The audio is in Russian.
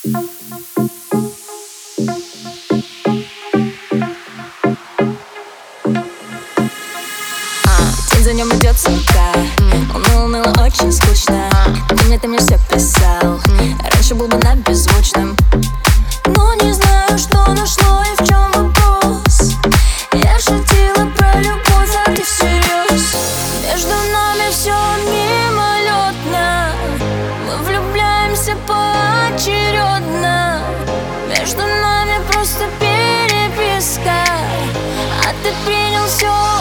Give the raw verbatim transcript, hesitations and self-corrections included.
День за ним идет сука. Уныло, уныло, очень скучно. Ты мне, ты мне все писал. Раньше был бы на беззвучном, но не знаю, что нашло и в чем вопрос. Я шутила про любовь, а ты всерьез. Между нами все мимолетно. Мы влюбляемся поочередно. Между нами просто переписка, а ты принял все